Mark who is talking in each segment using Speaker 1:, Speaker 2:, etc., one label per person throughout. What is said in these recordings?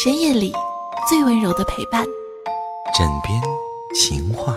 Speaker 1: 深夜里最温柔的陪伴。
Speaker 2: 枕边情话。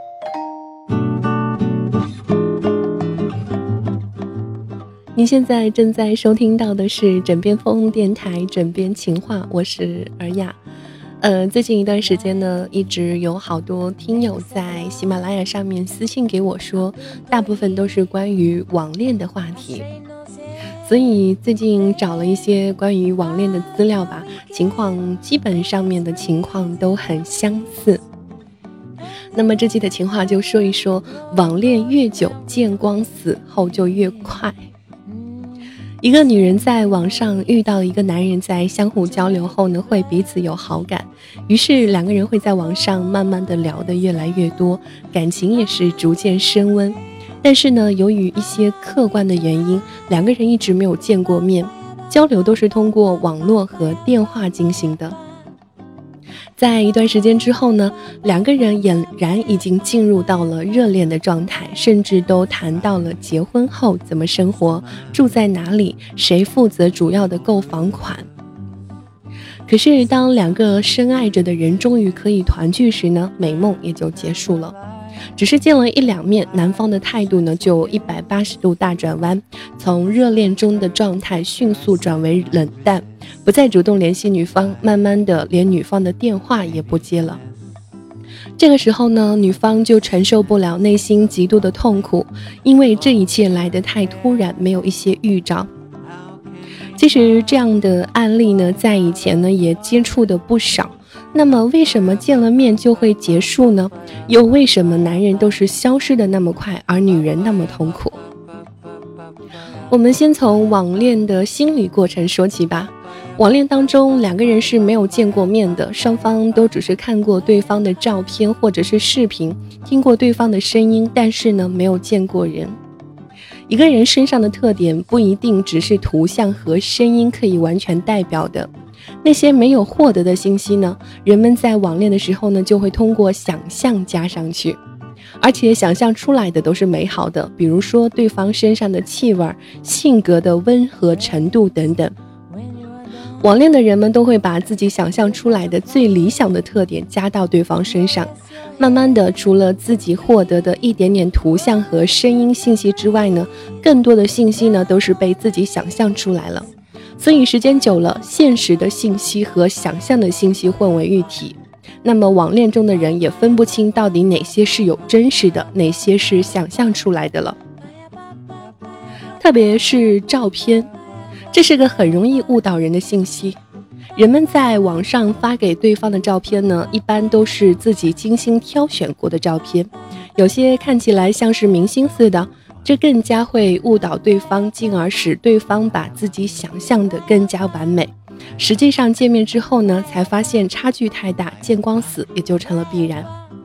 Speaker 3: 您现在正在收听到的是枕边风电台枕边情话，我是尔雅。最近一段时间呢，一直有好多听友在喜马拉雅上面私信给我说，大部分都是关于网恋的话题。所以最近找了一些关于网恋的资料吧，情况基本上面的情况都很相似。那么这期的情话就说一说，网恋越久，见光死后就越快。一个女人在网上遇到一个男人，在相互交流后呢，会彼此有好感，于是两个人会在网上慢慢的聊得越来越多，感情也是逐渐升温。但是呢，由于一些客观的原因，两个人一直没有见过面，交流都是通过网络和电话进行的。在一段时间之后呢，两个人俨然已经进入到了热恋的状态，甚至都谈到了结婚后怎么生活，住在哪里，谁负责主要的购房款。可是当两个深爱着的人终于可以团聚时呢，美梦也就结束了。只是见了一两面，男方的态度呢就180度大转弯，从热恋中的状态迅速转为冷淡，不再主动联系女方，慢慢的连女方的电话也不接了。这个时候呢，女方就承受不了，内心极度的痛苦，因为这一切来得太突然，没有一些预兆。其实这样的案例呢，在以前呢也接触的不少。那么为什么见了面就会结束呢？又为什么男人都是消失的那么快，而女人那么痛苦？我们先从网恋的心理过程说起吧。网恋当中，两个人是没有见过面的，双方都只是看过对方的照片或者是视频，听过对方的声音，但是呢，没有见过人。一个人身上的特点不一定只是图像和声音可以完全代表的。那些没有获得的信息呢，人们在网恋的时候呢，就会通过想象加上去，而且想象出来的都是美好的，比如说对方身上的气味、性格的温和程度等等。网恋的人们都会把自己想象出来的最理想的特点加到对方身上，慢慢的，除了自己获得的一点点图像和声音信息之外呢，更多的信息呢都是被自己想象出来了。所以时间久了，现实的信息和想象的信息混为一体，那么网恋中的人也分不清到底哪些是有真实的，哪些是想象出来的了。特别是照片，这是个很容易误导人的信息。人们在网上发给对方的照片呢，一般都是自己精心挑选过的照片，有些看起来像是明星似的，这更加会误导对方，进而使对方把自己想象的更加完美。实际上见面之后呢，才发现差距太大，见光死也就成了必然。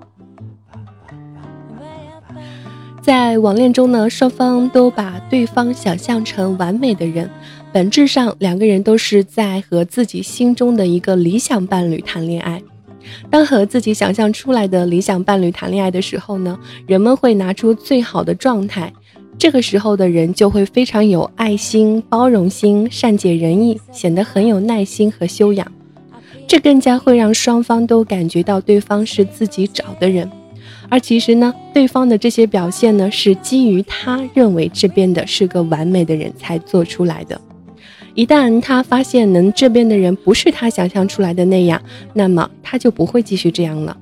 Speaker 3: 在网恋中呢，双方都把对方想象成完美的人，本质上两个人都是在和自己心中的一个理想伴侣谈恋爱。当和自己想象出来的理想伴侣谈恋爱的时候呢，人们会拿出最好的状态，这个时候的人就会非常有爱心、包容心、善解人意，显得很有耐心和修养。这更加会让双方都感觉到对方是自己找的人，而其实呢，对方的这些表现呢，是基于他认为这边的是个完美的人才做出来的。一旦他发现这边的人不是他想象出来的那样，那么他就不会继续这样了。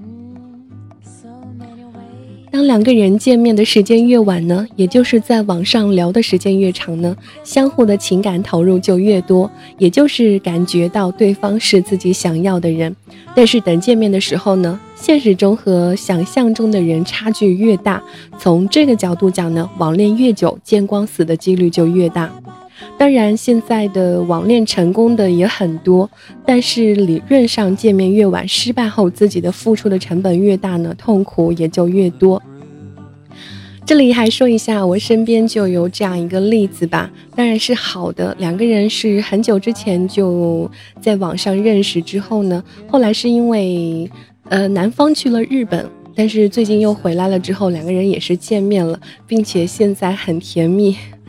Speaker 3: 当两个人见面的时间越晚呢，也就是在网上聊的时间越长呢，相互的情感投入就越多，也就是感觉到对方是自己想要的人。但是等见面的时候呢，现实中和想象中的人差距越大，从这个角度讲呢，网恋越久，见光死的几率就越大。当然现在的网恋成功的也很多，但是理论上见面越晚，失败后自己的付出的成本越大呢，痛苦也就越多。这里还说一下，我身边就有这样一个例子吧，当然是好的。两个人是很久之前就在网上认识，之后呢，后来是因为男方去了日本，但是最近又回来了之后，两个人也是见面了，并且现在很甜蜜。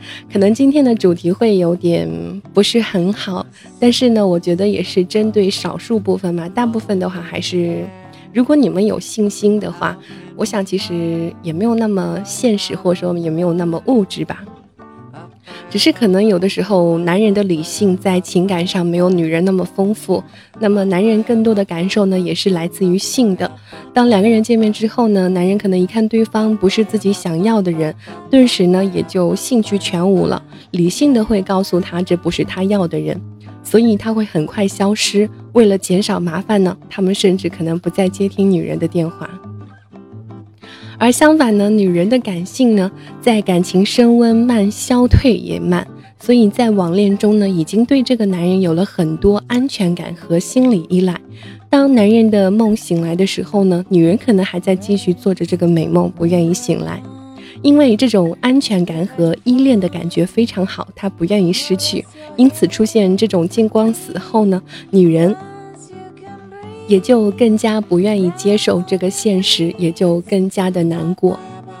Speaker 3: 可能今天的主题会有点不是很好，但是呢，我觉得也是针对少数部分嘛，大部分的话还是，如果你们有信心的话，我想其实也没有那么现实，或者说也没有那么物质吧。只是可能有的时候男人的理性在情感上没有女人那么丰富，那么男人更多的感受呢也是来自于性的。当两个人见面之后呢，男人可能一看对方不是自己想要的人，顿时呢也就兴趣全无了，理性的会告诉他这不是他要的人，所以他会很快消失。为了减少麻烦呢，他们甚至可能不再接听女人的电话。而相反呢，女人的感性呢，在感情升温慢，消退也慢，所以在网恋中呢，已经对这个男人有了很多安全感和心理依赖。当男人的梦醒来的时候呢，女人可能还在继续做着这个美梦，不愿意醒来，因为这种安全感和依恋的感觉非常好，她不愿意失去，因此出现这种见光死后呢，女人也就更加不愿意接受这个现实，也就更加的难过。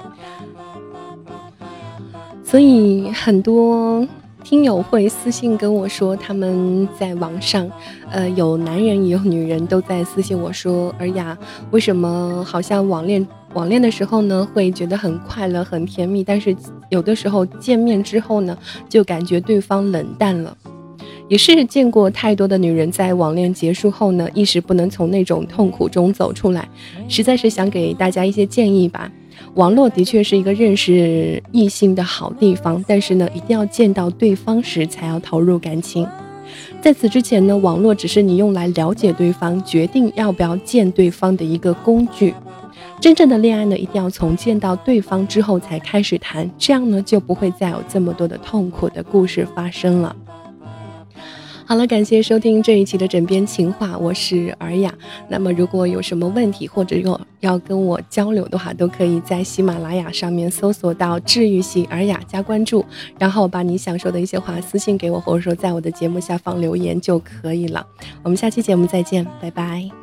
Speaker 3: 所以很多听友会私信跟我说，他们在网上有男人也有女人都在私信我说，尔雅，为什么好像网恋的时候呢会觉得很快乐很甜蜜，但是有的时候见面之后呢就感觉对方冷淡了。也是见过太多的女人在网恋结束后呢，一时不能从那种痛苦中走出来，实在是想给大家一些建议吧。网络的确是一个认识异性的好地方，但是呢，一定要见到对方时才要投入感情。在此之前呢，网络只是你用来了解对方，决定要不要见对方的一个工具。真正的恋爱呢，一定要从见到对方之后才开始谈，这样呢，就不会再有这么多的痛苦的故事发生了。好了，感谢收听这一期的枕边情话，我是尔雅。那么如果有什么问题或者要跟我交流的话，都可以在喜马拉雅上面搜索到治愈系尔雅加关注，然后把你想说的一些话私信给我，或者说在我的节目下方留言就可以了。我们下期节目再见，拜拜。